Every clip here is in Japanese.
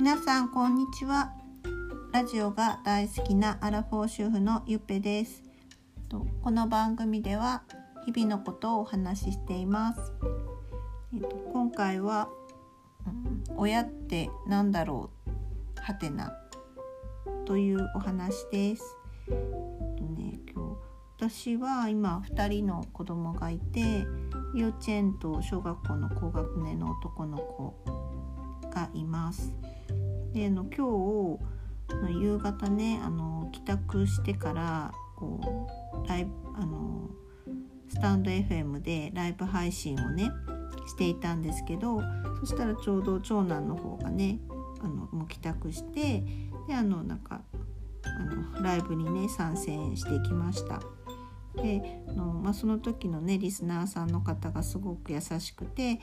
皆さんこんにちは。ラジオが大好きなアラフォー主婦のゆっぺです。この番組では日々のことをお話ししています。今回は、親ってなんだろうはてなというお話です。今日私は今2人の子供がいて、幼稚園と小学校の高学年の男の子がいます。で今日夕方ね帰宅してからライブスタンド FM でライブ配信をねしていたんですけど、そしたらちょうど長男の方がねもう帰宅してでライブにね参戦してきました。でその時のねリスナーさんの方がすごく優しくて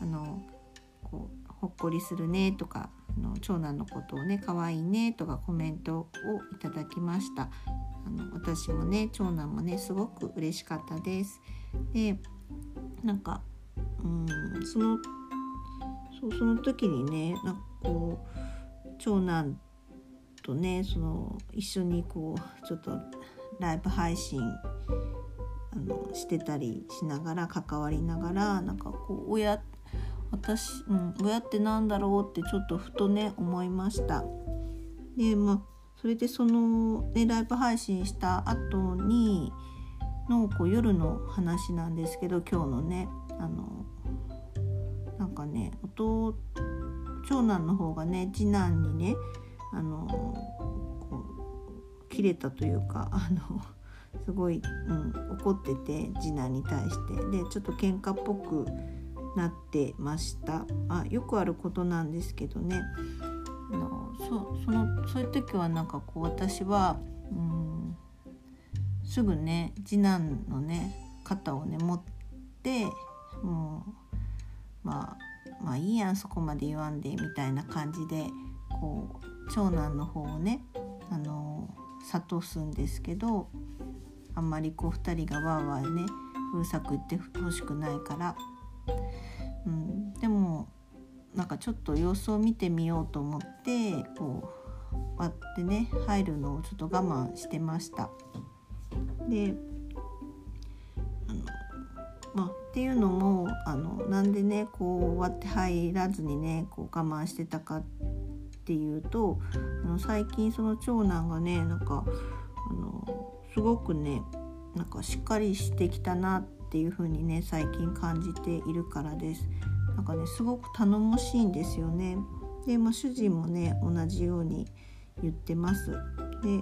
ほっこりするねとか長男のことをね可愛いねとかコメントをいただきました。私もね長男もねすごく嬉しかったです。でその時にね長男とね一緒にちょっとライブ配信してたりしながら関わりながら親ってなんだろうってちょっとふとね思いました。でそれでライブ配信した後にの夜の話なんですけど、今日のね長男の方がね次男にね切れたというかすごい、怒ってて次男に対してでちょっと喧嘩っぽくなってました。よくあることなんですけどね。そういう時は私はすぐね次男のね肩をね持ってまあいいやんそこまで言わんでみたいな感じで長男の方をね諭すんですけど、あんまり2人がわーわーねうるさく言ってほしくないから、でもちょっと様子を見てみようと思って割ってね入るのをちょっと我慢してました。でっていうのもなんでね割って入らずにね我慢してたかっていうと最近その長男がねすごくねしっかりしてきたなっていう風にね最近感じているからです。すごく頼もしいんですよね。で主人もね同じように言ってます。で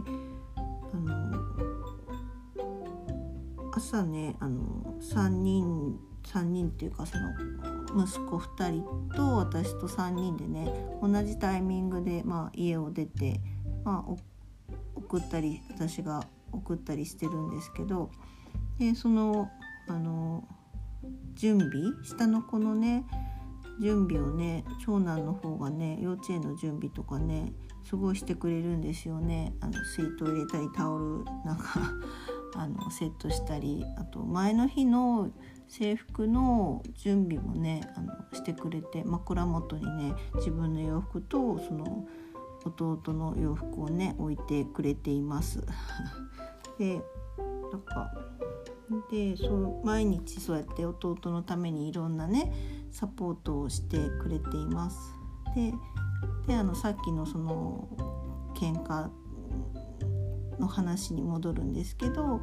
朝ね3人っていうか息子2人と私と3人でね同じタイミングで家を出て私が送ったりしてるんですけど、で準備下の子のね準備をね長男の方がね幼稚園の準備とかねすごいしてくれるんですよね。水筒入れたりタオルセットしたり、あと前の日の制服の準備もねしてくれて、枕元にね自分の洋服と弟の洋服をね置いてくれていますで毎日そうやって弟のためにいろんなねサポートをしてくれています。でさっきの喧嘩の話に戻るんですけど、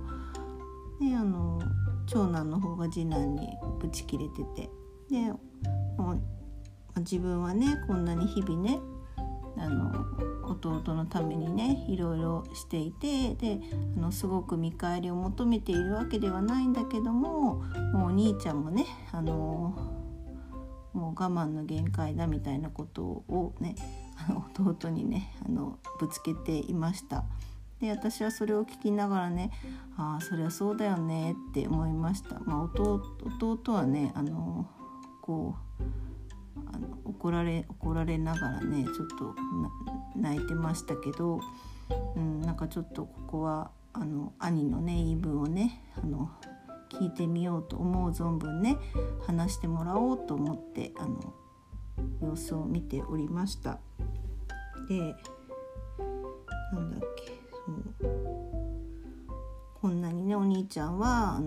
長男の方が次男にブチ切れてて、で自分はねこんなに日々ね弟のためにねいろいろしていて、ですごく見返りを求めているわけではないんだけども、もうお兄ちゃんもねもう我慢の限界だみたいなことをね弟にねぶつけていました。で私はそれを聞きながらねそりゃそうだよねって思いました。弟はね怒られながらねちょっと泣いてましたけど、ちょっとここは兄のね言い分をね聞いてみようと思う存分ね話してもらおうと思って様子を見ておりました。 でなんだっけ、こんなにねお兄ちゃんは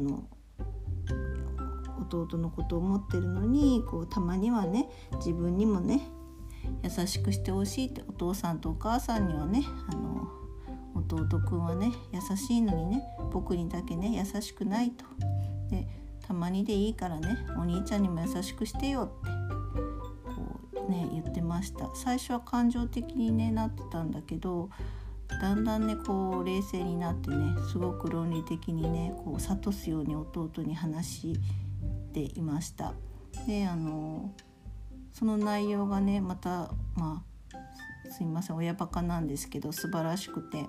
弟のことを思ってるのにたまにはね自分にもね優しくしてほしいって、お父さんとお母さんにはね弟くんはね優しいのにね僕にだけね優しくないと。でたまにでいいからねお兄ちゃんにも優しくしてよって言ってました。最初は感情的にねなってたんだけど、だんだんね冷静になってねすごく論理的にね諭すように弟に話していました。でその内容がねまたすいません親バカなんですけど素晴らしくて、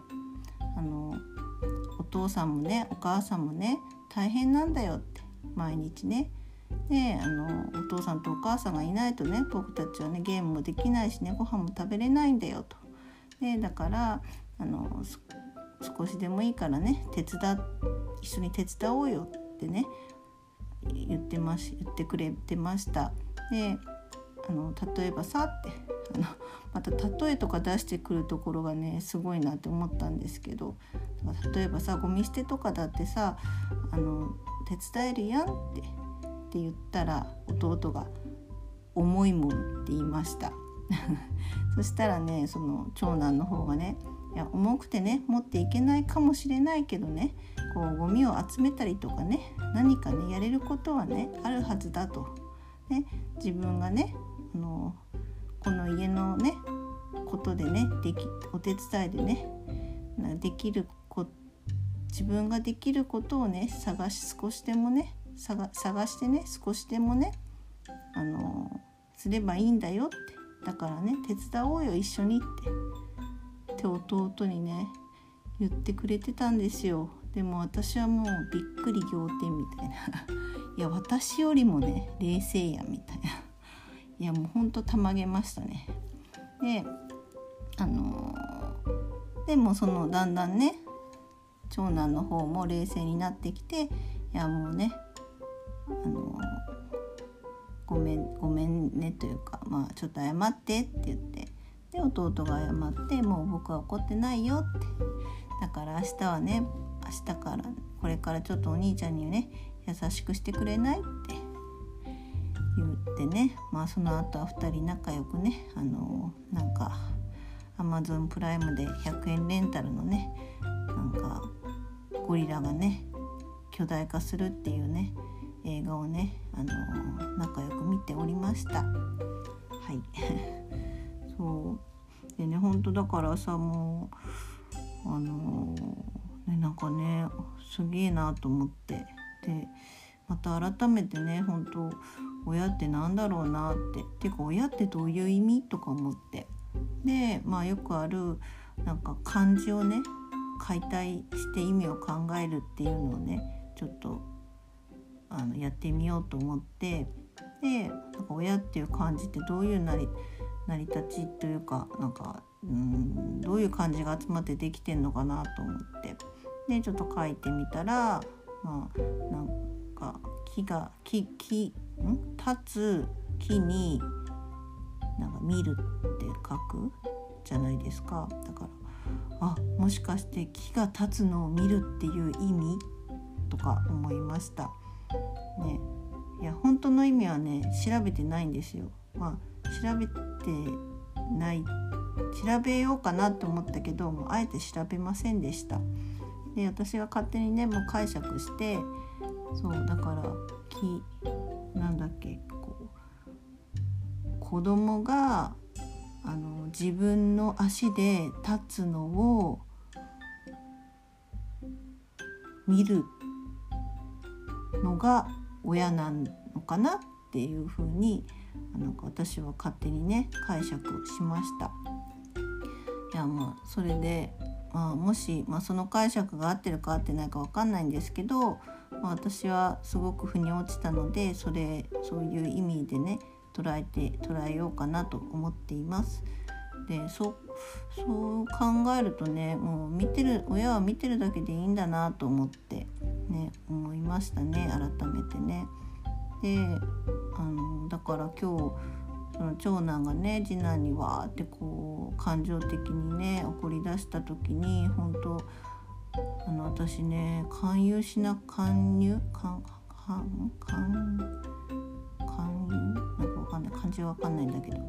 お父さんもねお母さんもね大変なんだよって毎日ね。でお父さんとお母さんがいないとね僕たちはねゲームもできないしねご飯も食べれないんだよと。でだから少しでもいいからね一緒に手伝おうよってね言ってくれてました。で例えばさってまた例えとか出してくるところがねすごいなって思ったんですけど、例えばさゴミ捨てとかだってさ手伝えるやんって言ったら弟が重いもんって言いましたそしたらねその長男の方がね、いや重くてね持っていけないかもしれないけどねゴミを集めたりとかね何かねやれることはねあるはずだと、ね、自分がねこの家のねことでねお手伝いでね自分ができることをね探してね少しでもねすればいいんだよって、だからね手伝おうよ一緒にって弟にね言ってくれてたんですよ。でも私はもうびっくり仰天みたいないや私よりもね冷静やみたいないやもうほんとたまげましたね。ででもだんだんね長男の方も冷静になってきて、いやもうねごめんねというか、ちょっと謝ってって言って、で弟が謝って、もう僕は怒ってないよって、だから明日からこれからちょっとお兄ちゃんにね優しくしてくれないって言ってね、その後は2人仲良くねなんか Amazon プライムで100円レンタルのねなんかゴリラがね巨大化するっていうね映画をね仲良く見ておりました。はいそうでね、本当だからさもうなんかねすげえなと思って、でまた改めてね本当親ってなんだろうなってか親ってどういう意味とか思って、でよくあるなんか漢字をね解体して意味を考えるっていうのをねちょっとやってみようと思って、でなんか親っていう漢字ってどういう成り立ちというかなんかどういう漢字が集まってできてんのかなと思って、でちょっと書いてみたらなんか立つ木になんか見るって書くじゃないですか。だからもしかして木が立つのを見るっていう意味とか思いましたね。いや本当の意味はね調べてないんですよ。調べようかなと思ったけどもあえて調べませんでした。で私が勝手にねもう解釈して、そうだからなんだっけ子供が自分の足で立つのを見るのが親なのかなっていうふうに私は勝手にね解釈しました。いやそれで、もし、その解釈が合ってるか合ってないか分かんないんですけど、私はすごく腑に落ちたのでそういう意味でね捉えようかなと思っています。でそう考えるとねもう親は見てるだけでいいんだなと思ってね思いましたね改めてね。でだから今日その長男がね次男にわーってこう感情的にね怒り出した時に本当私ね勧誘なんかわかんない漢字はわかんないんだけど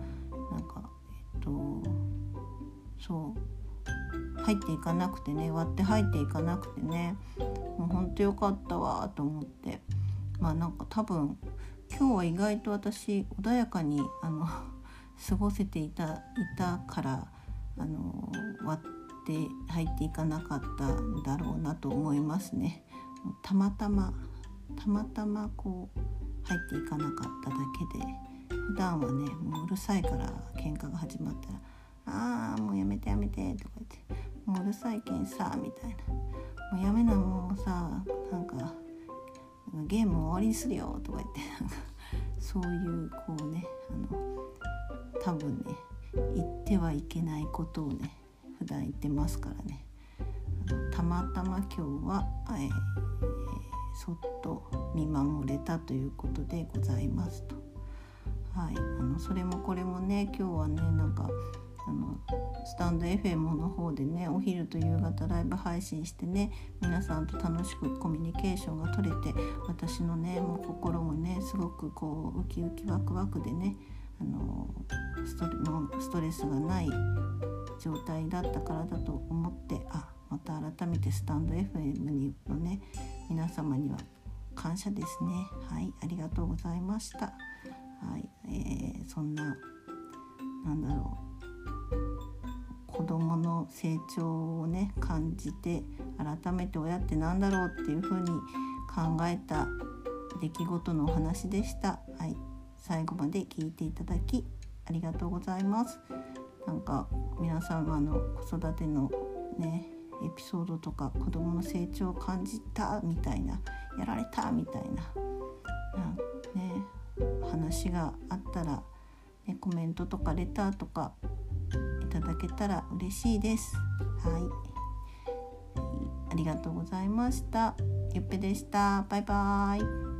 そう入っていかなくてね割って入っていかなくてねもう本当よかったわと思ってなんか多分今日は意外と私穏やかに過ごせていたから割って入っていかなかったんだろうなと思いますね。たまたまこう入っていかなかっただけで普段はねもううるさいから喧嘩が始まったらもうやめてとか言ってもううるさいけんさみたいなもうやめなもうさなんかゲーム終わりにするよとか言ってそういうこうね多分ね言ってはいけないことをね普段言ってますからねたまたま今日は、そっと見守れたということでございますと。はい、それもこれもね今日はねなんかスタンド FM の方でねお昼と夕方ライブ配信してね皆さんと楽しくコミュニケーションが取れて私のねもう心もねすごくこうウキウキワクワクでねストレスがない状態だったからだと思ってまた改めてスタンド FM のね皆様には感謝ですね。はい、ありがとうございました。はい、そんな子供の成長をね感じて改めて親ってなんだろうっていう風に考えた出来事のお話でした。はい、最後まで聞いていただきありがとうございます。なんか皆様の子育てのねエピソードとか子供の成長を感じたみたいなやられたみたいな話があったら、ね、コメントとかレターとかいただけたら嬉しいです。はい、ありがとうございました。ゆっぺでした。バイバイ。